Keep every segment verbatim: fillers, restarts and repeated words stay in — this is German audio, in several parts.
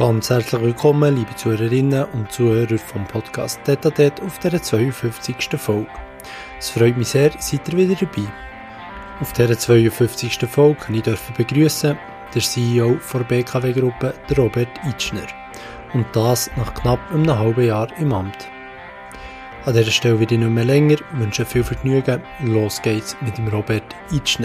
Ganz herzlich willkommen, liebe Zuhörerinnen und Zuhörer vom Podcast Tête à Tête auf der zweiundfünfzigsten Folge. Es freut mich sehr, seid ihr wieder dabei. Auf dieser zweiundfünfzigsten Folge kann ich begrüßen den C E O der B K W-Gruppe, Robert Itschner. Und das nach knapp einem halben Jahr im Amt. An dieser Stelle will ich nicht mehr länger, wünsche viel Vergnügen. Los geht's mit dem Robert Itschner.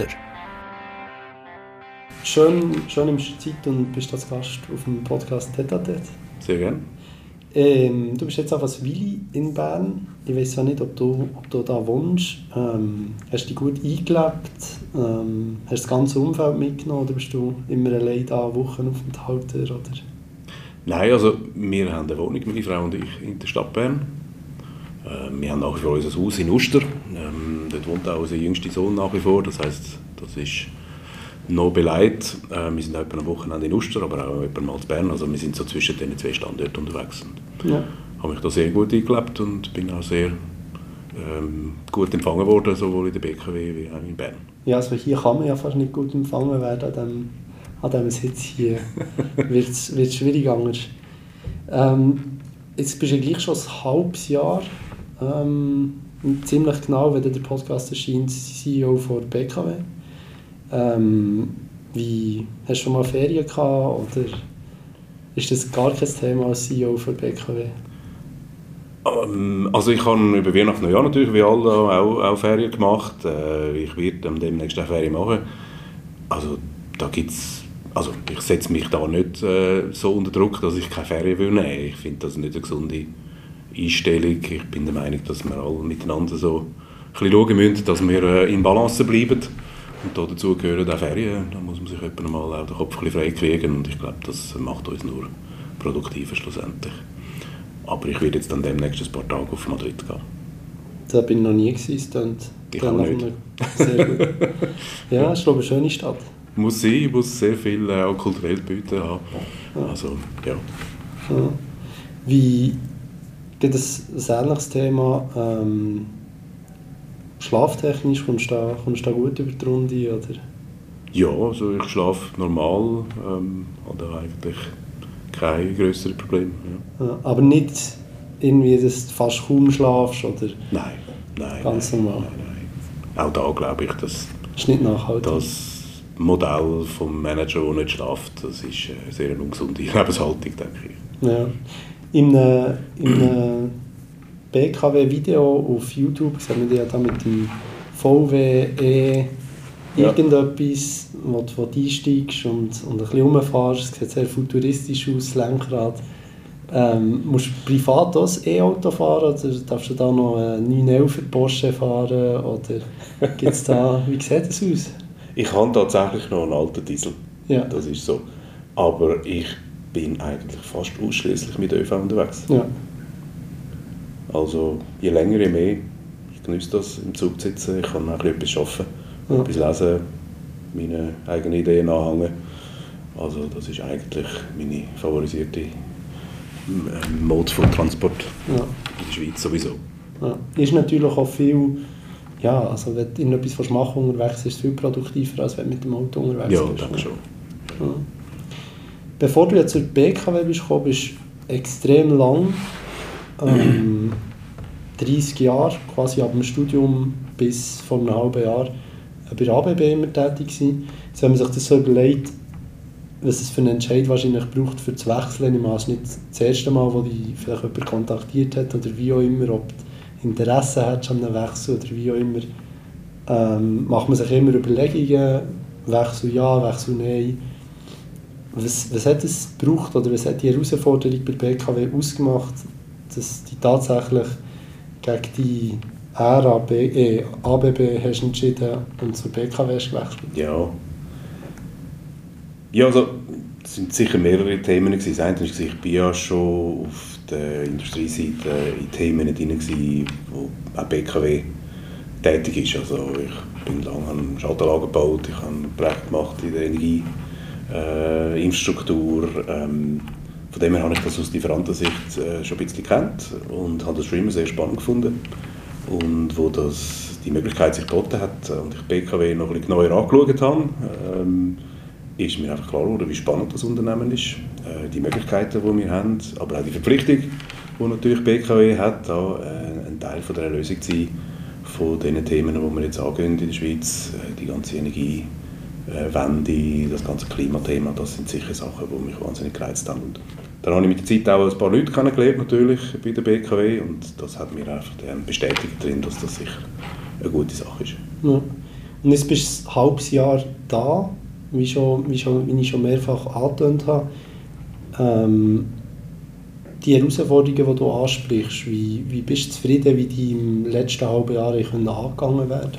Schön, schön nimmst du Zeit und bist als Gast auf dem Podcast Tête à Tête. Sehr gerne. Ähm, du bist jetzt auf eine Weile in Bern. Ich weiss ja nicht, ob du, ob du da wohnst. Ähm, hast du dich gut eingelebt? Ähm, hast du das ganze Umfeld mitgenommen oder bist du immer allein da, Wochenaufenthalter? Oder? Nein, also wir haben eine Wohnung, meine Frau und ich, in der Stadt Bern. Äh, wir haben nach wie vor unser Haus in Uster. Ähm, dort wohnt auch unser jüngster Sohn nach wie vor. Das heisst, das ist noch beleidigt. Äh, wir sind etwa am Wochenende in Uster, aber auch etwa mal in Bern. Also wir sind so zwischen diesen zwei Standorten unterwegs. Und ja. habe mich da sehr gut eingelebt und bin auch sehr ähm, gut empfangen worden, sowohl in der B K W wie auch in Bern. Ja, also hier kann man ja fast nicht gut empfangen werden. An dem, an dem Sitz hier wird es schwierig anders. Ähm, jetzt bist du gleich schon ein halbes Jahr, ähm, ziemlich genau, wenn der Podcast erscheint, C E O von der B K W. Ähm, wie, hast du schon mal Ferien gehabt oder ist das gar kein Thema als C E O für B K W? Ähm, also ich habe über Weihnachten und Neujahr natürlich wie alle auch, auch Ferien gemacht. Äh, ich werde demnächst auch Ferien machen. Also da gibt's, also ich setze mich da nicht äh, so unter Druck, dass ich keine Ferien will nehmen. Ich finde das nicht eine gesunde Einstellung. Ich bin der Meinung, dass wir alle miteinander so ein bisschen schauen müssen, dass wir äh, in Balance bleiben. Und da dazu gehören auch Ferien. Da muss man sich etwa mal auch den Kopf ein bisschen frei kriegen. Und ich glaube, das macht uns nur produktiver schlussendlich. Aber ich werde jetzt dann demnächst ein paar Tage auf Madrid gehen. Da bin ich noch nie gewesen. Und ich auch nicht. Sehr gut. Ja, es ist glaube ich eine schöne Stadt. Muss sein, muss sehr viel äh, auch kulturell bieten haben. Ja. Also, ja. Ja. Wie geht es ein ähnliches Thema? Ähm, Schlaftechnisch, kommst du da, kommst du da gut über die Runde? Oder? Ja, also ich schlafe normal, ähm, habe eigentlich keine grösseren Probleme. Ja. Ja, aber nicht irgendwie, dass du fast kaum schlafst? Oder? Nein, nein. Ganz nein, normal? Nein, nein. Auch da glaube ich, dass ist nicht nachhaltig. das Modell des Managers, der nicht schläft, das ist eine sehr ungesunde Lebenshaltung, denke ich. Ja. In einem, in einem B K W-Video auf YouTube sehen wir ja da mit dem V W E irgendetwas, ja, wo, wo du einsteigst und, und ein bisschen rumfährst. Es sieht sehr futuristisch aus, das Lenkrad. Ähm, musst du privat auch ein E-Auto fahren oder darfst du da noch einen neun elfer Porsche fahren? Oder gibt's da, wie sieht das aus? Ich habe tatsächlich noch einen alten Diesel, ja. Das ist so. Aber ich bin eigentlich fast ausschließlich mit ÖV unterwegs. Ja. Also je länger, je mehr. Ich genieße das, im Zug zu sitzen. Ich kann auch etwas arbeiten, ja. etwas lesen, meine eigenen Ideen anhängen. Also das ist eigentlich meine favorisierte Mode von Transport ja. in der Schweiz sowieso. Ja. Ist natürlich auch viel, ja, also wenn du irgendetwas machen unterwegs ist es viel produktiver, als wenn du mit dem Auto unterwegs ja, bist. Ja, denke schon. Ja. Bevor du jetzt zur B K W bist gekommen, bist du extrem lang, ähm, dreißig Jahre, quasi ab dem Studium bis vor einem halben Jahr, bei der A B B immer tätig gewesen. Jetzt, wenn man sich das so überlegt, was es für einen Entscheid wahrscheinlich braucht, für zu wechseln, ich meine, es ist nicht das erste Mal, wo dich vielleicht jemand kontaktiert hat oder wie auch immer, ob du Interesse hast an einem Wechsel oder wie auch immer, ähm, macht man sich immer Überlegungen, Wechsel ja, Wechsel nein. Was, was hat es gebraucht oder was hat die Herausforderung bei der B K W ausgemacht, dass die tatsächlich gegen die Ära B, äh, A B B hast entschieden und zur B K W hast gewechselt? Ja. Ja, also es sind sicher mehrere Themen gewesen. Das eine ist, ich war ja schon auf der Industrieseite in Themen drin, wo auch B K W tätig ist. Also ich bin lange an Schaltanlagen gebaut, ich habe ein Projekt gemacht in der Energie. Äh, Infrastruktur. Ähm, von dem her habe ich das aus Lieferantensicht äh, schon ein bisschen gekannt und habe das schon immer sehr spannend gefunden. Und wo das, die Möglichkeit sich geboten hat und ich B K W noch ein bisschen genauer angeschaut habe, ähm, ist mir einfach klar geworden, wie spannend das Unternehmen ist, äh, die Möglichkeiten, die wir haben, aber auch die Verpflichtung, die natürlich B K W hat, da äh, ein Teil von der Lösung zu sein, von den Themen, die wir jetzt angehen in der Schweiz, äh, die ganze Energiewende, das ganze Klimathema, das sind sicher Sachen, die mich wahnsinnig gereizt haben. Und dann habe ich mit der Zeit auch ein paar Leute kennengelernt, natürlich, bei der B K W, und das hat mir einfach bestätigt drin, dass das sicher eine gute Sache ist. Ja. Und jetzt bist du ein halbes Jahr da, wie, schon, wie, schon, wie ich schon mehrfach angetönt habe. Ähm, die Herausforderungen, die du ansprichst, wie, wie bist du zufrieden, wie die im letzten halben Jahr angegangen werden?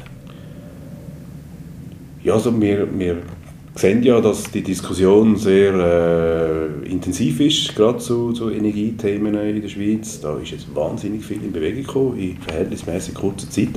Ja, also wir, wir sehen ja, dass die Diskussion sehr äh, intensiv ist, gerade zu, zu Energiethemen in der Schweiz. Da ist jetzt wahnsinnig viel in Bewegung gekommen, in verhältnismäßig kurzer Zeit.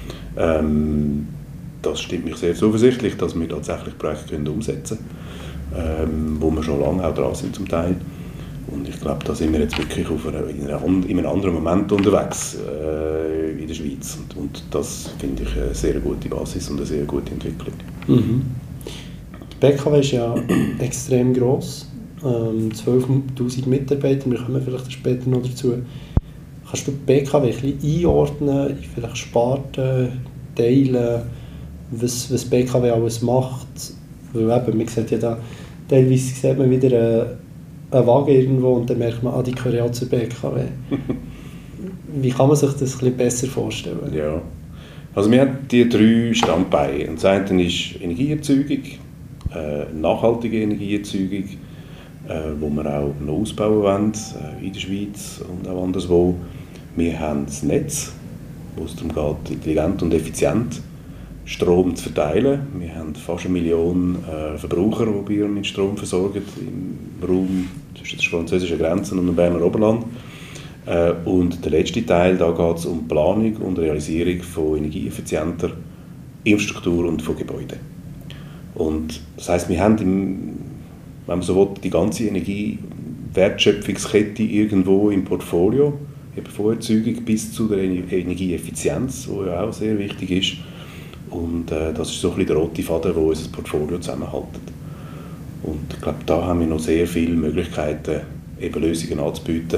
Ähm, das stimmt mich sehr zuversichtlich, dass wir tatsächlich Projekte können umsetzen können, ähm, wo wir schon lange auch dran sind zum Teil. Und ich glaube, da sind wir jetzt wirklich auf einer, in, einer, in einem anderen Moment unterwegs äh, in der Schweiz. Und, und das finde ich eine sehr gute Basis und eine sehr gute Entwicklung. Mhm. Die B K W ist ja extrem gross, ähm, zwölftausend Mitarbeiter, wir kommen vielleicht später noch dazu. Kannst du die B K W ein bisschen einordnen, vielleicht Sparten, teilen, was, was B K W alles macht? Weil eben, man sieht ja da, teilweise sieht man wieder eine, einen Wagen irgendwo und dann merkt man, ah, die gehören ja zur B K W. Wie kann man sich das ein bisschen besser vorstellen? Ja, also wir haben die drei Standbeine. Und das eine ist Energieerzeugung, äh, nachhaltige Energieerzeugung, äh, wo wir auch noch ausbauen wollen, äh, in der Schweiz und auch anderswo. Wir haben das Netz, wo es darum geht, intelligent und effizient Strom zu verteilen. Wir haben fast eine Million äh, Verbraucher, die wir mit Strom versorgen, im Raum zwischen den französischen Grenzen und dem Berner Oberland. Äh, und der letzte Teil, da geht es um die Planung und Realisierung von energieeffizienter Infrastruktur und von Gebäuden. Und das heisst, wir haben, im, wenn man so will, die ganze Energiewertschöpfungskette irgendwo im Portfolio, eben von Erzeugung bis zu der Energieeffizienz, die ja auch sehr wichtig ist. Und äh, das ist so ein bisschen der rote Faden, der unser Portfolio zusammenhält. Und ich glaube, da haben wir noch sehr viele Möglichkeiten, eben Lösungen anzubieten,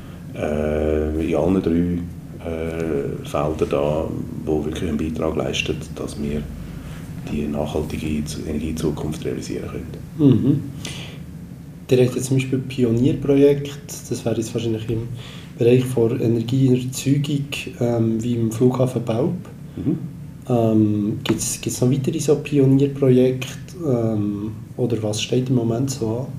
äh, in allen drei äh, Feldern, da, wo wirklich einen Beitrag leisten, dass wir die nachhaltige Energiezukunft realisieren können. Mhm. Ihr habt jetzt zum Beispiel ein Pionierprojekt, das wäre jetzt wahrscheinlich im Bereich der Energieerzeugung, ähm, wie im Flughafen Belp. Mhm. Ähm, Gibt es noch weitere so Pionierprojekte ähm, oder was steht im Moment so an?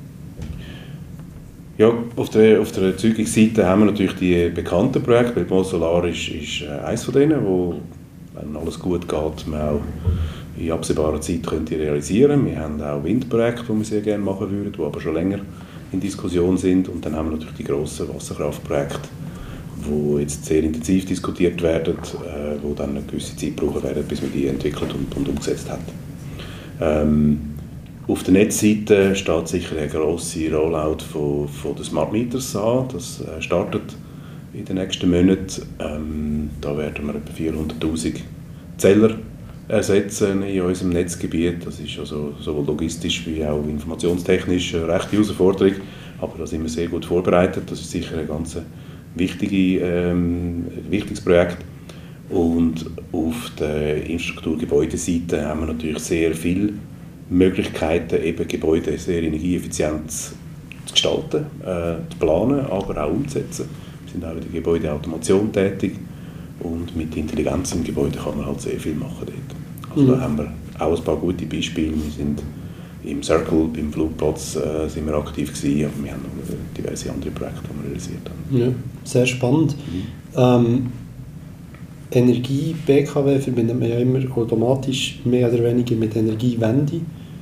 Ja, auf der, auf der Erzeugungsseite haben wir natürlich die bekannten Projekte. Belpmoos Solar ist, ist eines von denen, wo, wenn alles gut geht, man auch in absehbarer Zeit könnte realisieren. Wir haben auch Windprojekte, die wir sehr gerne machen würden, die aber schon länger in Diskussion sind. Und dann haben wir natürlich die grossen Wasserkraftprojekte, die jetzt sehr intensiv diskutiert werden, äh, die dann eine gewisse Zeit brauchen werden, bis man die entwickelt und, und umgesetzt hat. Ähm, auf der Netzseite steht sicher ein grosser Rollout von, von den Smart Meters an. Das äh, startet in den nächsten Monaten. Ähm, da werden wir etwa vierhunderttausend Zähler ersetzen in unserem Netzgebiet. Das ist also sowohl logistisch wie auch informationstechnisch eine rechte Herausforderung, aber da sind wir sehr gut vorbereitet. Das ist sicher ein ganz wichtige, ähm, wichtiges Projekt. Und auf der Infrastrukturgebäudeseite haben wir natürlich sehr viele Möglichkeiten, eben Gebäude sehr energieeffizient zu gestalten, äh, zu planen, aber auch umzusetzen. Wir sind auch in der Gebäudeautomation tätig und mit Intelligenz im Gebäude kann man halt sehr viel machen dort. Also mhm. Da haben wir auch ein paar gute Beispiele. Wir sind im Circle, beim Flugplatz äh, sind wir aktiv gewesen, aber wir haben noch diverse andere Projekte, die wir realisiert haben. Ja, sehr spannend. Mhm. Ähm, Energie, B K W verbindet man ja immer automatisch mehr oder weniger mit Energiewende.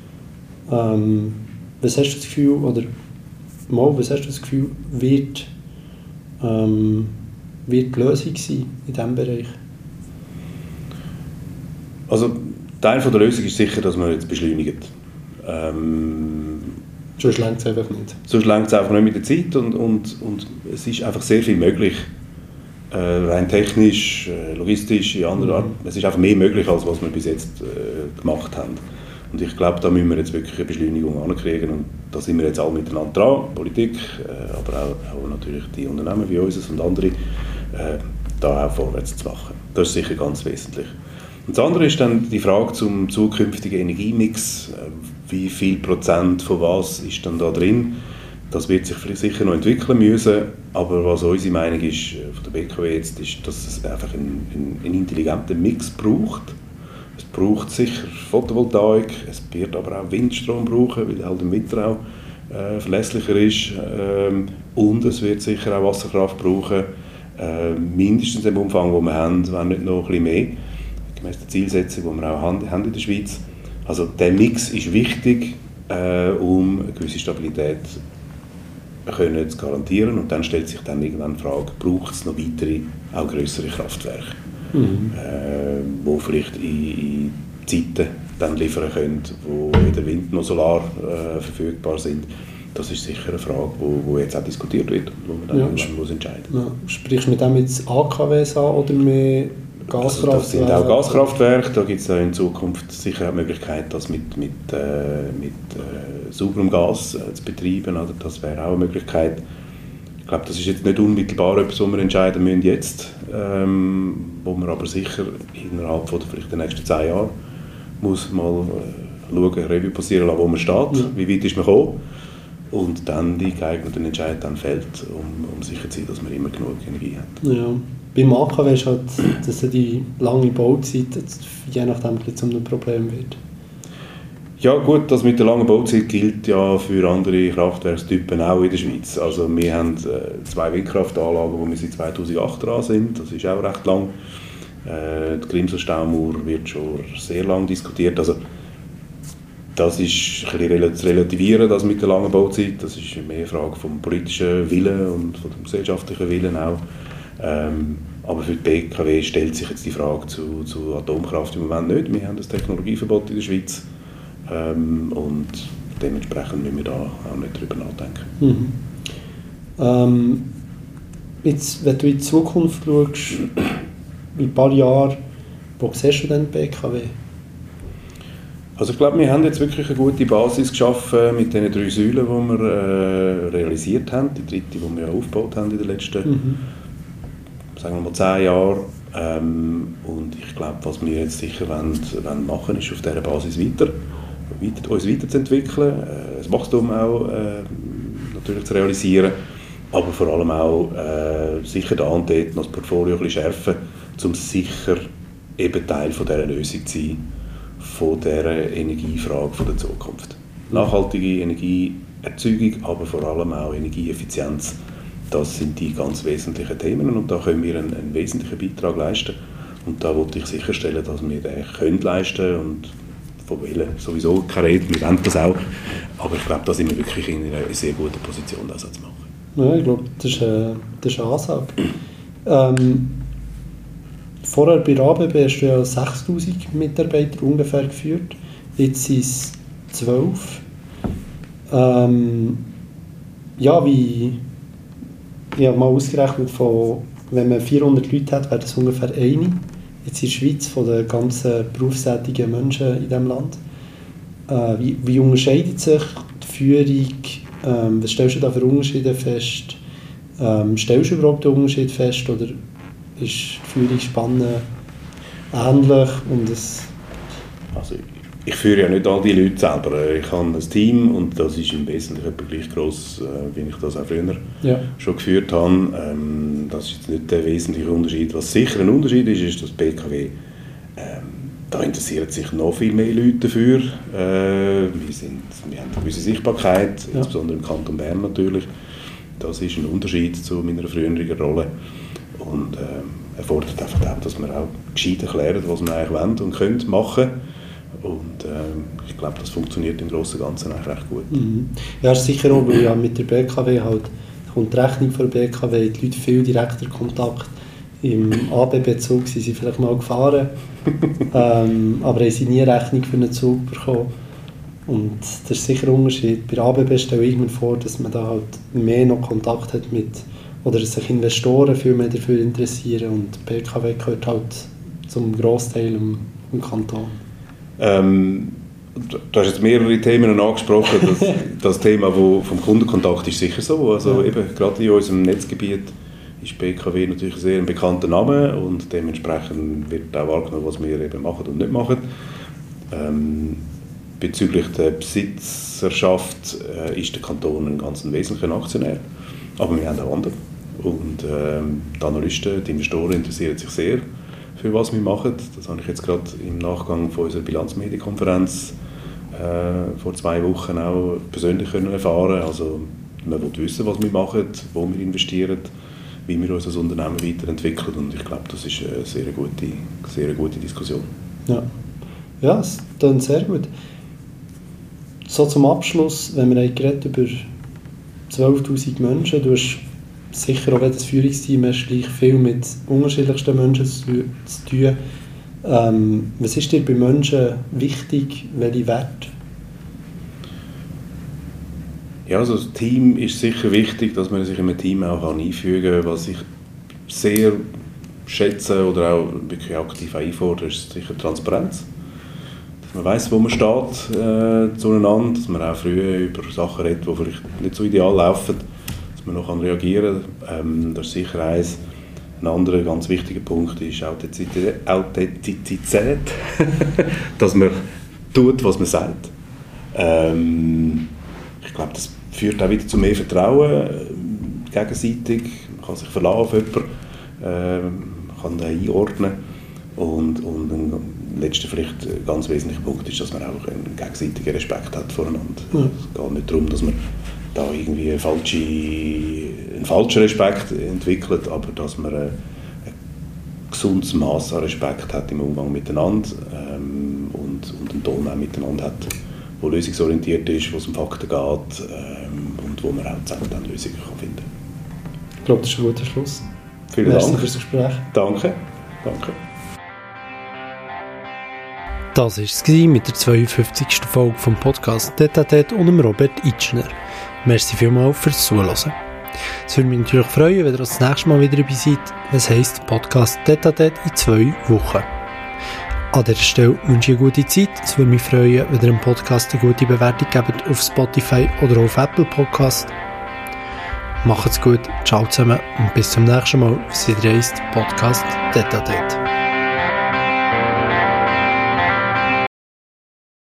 Ähm, was hast du das Gefühl, oder mal, was hast du das Gefühl, wird, ähm, wird die Lösung sein in diesem Bereich? Also Teil von der Lösung ist sicher, dass man jetzt beschleunigt. Ähm, sonst reicht es einfach nicht. Sonst reicht es einfach nicht mit der Zeit und, und, und es ist einfach sehr viel möglich. Äh, rein technisch, äh, logistisch, in anderer Art. Es ist einfach mehr möglich, als was wir bis jetzt äh, gemacht haben. Und ich glaube, da müssen wir jetzt wirklich eine Beschleunigung ankriegen und da sind wir jetzt alle miteinander dran, Politik, äh, aber auch, auch natürlich die Unternehmen wie uns und andere, äh, da auch vorwärts zu machen. Das ist sicher ganz wesentlich. Und das andere ist dann die Frage zum zukünftigen Energiemix. Wie viel Prozent von was ist dann da drin? Das wird sich sicher noch entwickeln müssen, aber was unsere Meinung ist von der B K W jetzt, ist, dass es einfach einen, einen, einen intelligenten Mix braucht. Es braucht sicher Photovoltaik, es wird aber auch Windstrom brauchen, weil halt im Winter auch äh, verlässlicher ist, ähm, und es wird sicher auch Wasserkraft brauchen, äh, mindestens im Umfang, den wir haben, wenn nicht noch ein bisschen mehr, gemäß der Zielsetzung, die wir auch haben, haben in der Schweiz. Also der Mix ist wichtig, äh, um eine gewisse Stabilität können zu garantieren, und dann stellt sich dann irgendwann die Frage, braucht es noch weitere, auch grössere Kraftwerke, mhm. äh, wo vielleicht in, in Zeiten dann liefern können, wo weder Wind noch Solar äh, verfügbar sind. Das ist sicher eine Frage, die wo, wo jetzt auch diskutiert wird, wo man dann ja, irgendwann muss entscheiden muss. Ja. Sprichst du mit dem jetzt A K Ws an oder mehr Gaskraftwerke? Also das sind auch Gaskraftwerke, da gibt es in Zukunft sicher die Möglichkeit, das mit, mit, äh, mit äh, sauberem Gas äh, zu betreiben. Oder? Das wäre auch eine Möglichkeit. Ich glaube, das ist jetzt nicht unmittelbar etwas, was wir entscheiden müssen jetzt, ähm, wo man aber sicher innerhalb von vielleicht den nächsten zehn Jahren muss mal äh, schauen, Revue passieren lassen, wo man steht, ja. Wie weit ist man gekommen, und dann die geeigneten Entscheidungen dann fällt, um, um sicher zu sein, dass man immer genug Energie hat. Ja. Beim A K W ist halt, dass die lange Bauzeit je nachdem zu einem Problem wird. Ja gut, das mit der langen Bauzeit gilt ja für andere Kraftwerkstypen auch in der Schweiz. Also wir haben äh, zwei Windkraftanlagen, wo wir seit zweitausendacht dran sind, das ist auch recht lang. Äh, die Grimselstaumauer wird schon sehr lange diskutiert. Also das ist ein bisschen zu relativieren, das mit der langen Bauzeit. Das ist mehr eine Frage vom politischen Willen und vom gesellschaftlichen Willen auch. Ähm, aber für die B K W stellt sich jetzt die Frage zu, zu Atomkraft im Moment nicht. Wir haben das Technologieverbot in der Schweiz, ähm, und dementsprechend müssen wir da auch nicht darüber nachdenken. Mhm. Ähm, jetzt, wenn du in die Zukunft schaust, in ein paar Jahren, wo siehst du denn die B K W? Also ich glaube, wir haben jetzt wirklich eine gute Basis geschaffen mit den drei Säulen, die wir äh, realisiert haben. Die dritte, die wir ja aufgebaut haben in den letzten, mhm. sagen wir mal, zehn Jahren. Ähm, und ich glaube, was wir jetzt sicher wollen, wollen machen, ist auf dieser Basis weiter, weiter uns weiterzuentwickeln, äh, das Wachstum auch äh, natürlich zu realisieren, aber vor allem auch äh, sicher da und dort noch das Portfolio ein bisschen schärfen, um sicher eben Teil von dieser Lösung zu sein, von dieser Energiefrage von der Zukunft. Nachhaltige Energieerzeugung, aber vor allem auch Energieeffizienz. Das sind die ganz wesentlichen Themen, und da können wir einen, einen wesentlichen Beitrag leisten. Und da wollte ich sicherstellen, dass wir den können leisten können, und von Wählen sowieso keine Rede, wir wollen das auch. Aber ich glaube, da sind wir wirklich in einer sehr guten Position, das zu machen. Ja, ich glaube, das ist eine, das ist eine Ansage. Ähm, vorher bei A B B hast du ja sechstausend Mitarbeiter ungefähr geführt, jetzt sind es zwölf. Ähm, ja, wie... Ich habe mal ausgerechnet, von, wenn man vierhundert Leute hat, wäre das ungefähr eine. Jetzt in der Schweiz von den ganzen berufstätigen Menschen in diesem Land. Äh, wie, wie unterscheidet sich die Führung? Ähm, was stellst du da für Unterschiede fest? Ähm, stellst du überhaupt einen Unterschied fest, oder ist die Führungsspanne ähnlich? Und es also ich führe ja nicht all die Leute selber. Ich habe ein Team, und das ist im Wesentlichen etwa gleich gross, wie ich das auch früher ja. schon geführt habe. Ähm, das ist jetzt nicht der wesentliche Unterschied. Was sicher ein Unterschied ist, ist, dass die B K W, ähm, da interessieren sich noch viel mehr Leute dafür. Äh, wir, sind, wir haben eine gewisse Sichtbarkeit, ja. insbesondere im Kanton Bern natürlich. Das ist ein Unterschied zu meiner früheren Rolle. Und äh, erfordert einfach auch, dass wir auch gescheit erklären, was wir eigentlich wollen und können machen. Und äh, ich glaube, das funktioniert im Großen und Ganzen eigentlich recht gut. Mhm. Ja, ist sicher auch, weil ja mit der B K W halt kommt die Rechnung von der B K W, die Leute viel direkter Kontakt. Im A B B-Zug sind sie vielleicht mal gefahren, ähm, aber haben sie nie Rechnung für einen Zug bekommen. Und das ist sicher ein Unterschied. Bei A B B stelle ich mir vor, dass man da halt mehr noch Kontakt hat mit, oder sich Investoren viel mehr dafür interessieren, und die B K W gehört halt zum Grossteil im, im Kanton. Ähm, Du hast jetzt mehrere Themen angesprochen. Das, das Thema wo vom Kundenkontakt ist sicher so. Also ja. eben, gerade in unserem Netzgebiet ist B K W natürlich sehr ein bekannter Name und dementsprechend wird auch wahrgenommen, was wir eben machen und nicht machen. Ähm, bezüglich der Besitzerschaft äh, ist der Kanton ein ganz wesentlicher Aktionär, aber wir haben auch andere. Und ähm, die Analysten, die Investoren interessieren sich sehr für was wir machen. Das habe ich jetzt gerade im Nachgang von unserer Bilanzmedienkonferenz äh, vor zwei Wochen auch persönlich können erfahren. Also man will wissen, was wir machen, wo wir investieren, wie wir uns als Unternehmen weiterentwickeln und ich glaube, das ist eine sehr gute, sehr gute Diskussion. Ja, ja, das klingt sehr gut. So zum Abschluss, wenn wir geredet über zwölftausend Menschen, du hast sicher auch wenn das Führungsteam hast, gleich viel mit unterschiedlichsten Menschen zu, zu tun. Ähm, was ist dir bei Menschen wichtig? Welche Werte? Ja, also das Team ist sicher wichtig, dass man sich in einem Team auch einfügen kann. Was ich sehr schätze oder auch wirklich aktiv einfordere, ist sicher Transparenz. Dass man weiss, wo man steht äh, zueinander, dass man auch früher über Sachen redet, die vielleicht nicht so ideal laufen, man noch reagieren kann. Ähm, das ist sicher eins. Ein anderer ganz wichtiger Punkt ist Authentizität. Authentizität. Dass man tut, was man sagt. Ähm, ich glaube, das führt auch wieder zu mehr Vertrauen äh, gegenseitig. Man kann sich verlassen auf jemanden, äh, kann den einordnen. Und, und ein letzter, vielleicht ganz wesentlicher Punkt ist, dass man auch einen gegenseitigen Respekt hat voreinander. Ja. Es geht nicht darum, dass man da irgendwie einen falschen, einen falschen Respekt entwickelt, aber dass man ein, ein gesundes Maß an Respekt hat im Umgang miteinander ähm, und, und einen Ton auch miteinander hat, der lösungsorientiert ist, wo es um Fakten geht ähm, und wo man auch zusammen dann Lösungen kann finden kann. Ich glaube, das ist ein guter Schluss. Vielen Merci Dank fürs Gespräch. Danke. Danke. Das war es mit der zweiundfünfzigsten Folge vom Podcast Tête à Tête und Robert Itschner. Merci vielmals fürs Zuhören. Es würde mich natürlich freuen, wenn ihr das nächste Mal wieder dabei seid, was heisst Podcast Tête à Tête in zwei Wochen. An dieser Stelle wünsche ich eine gute Zeit. Es würde mich freuen, wenn ihr dem Podcast eine gute Bewertung gebt auf Spotify oder auf Apple Podcast. Macht's gut, ciao zusammen und bis zum nächsten Mal, was wieder heisst Podcast Tête à Tête.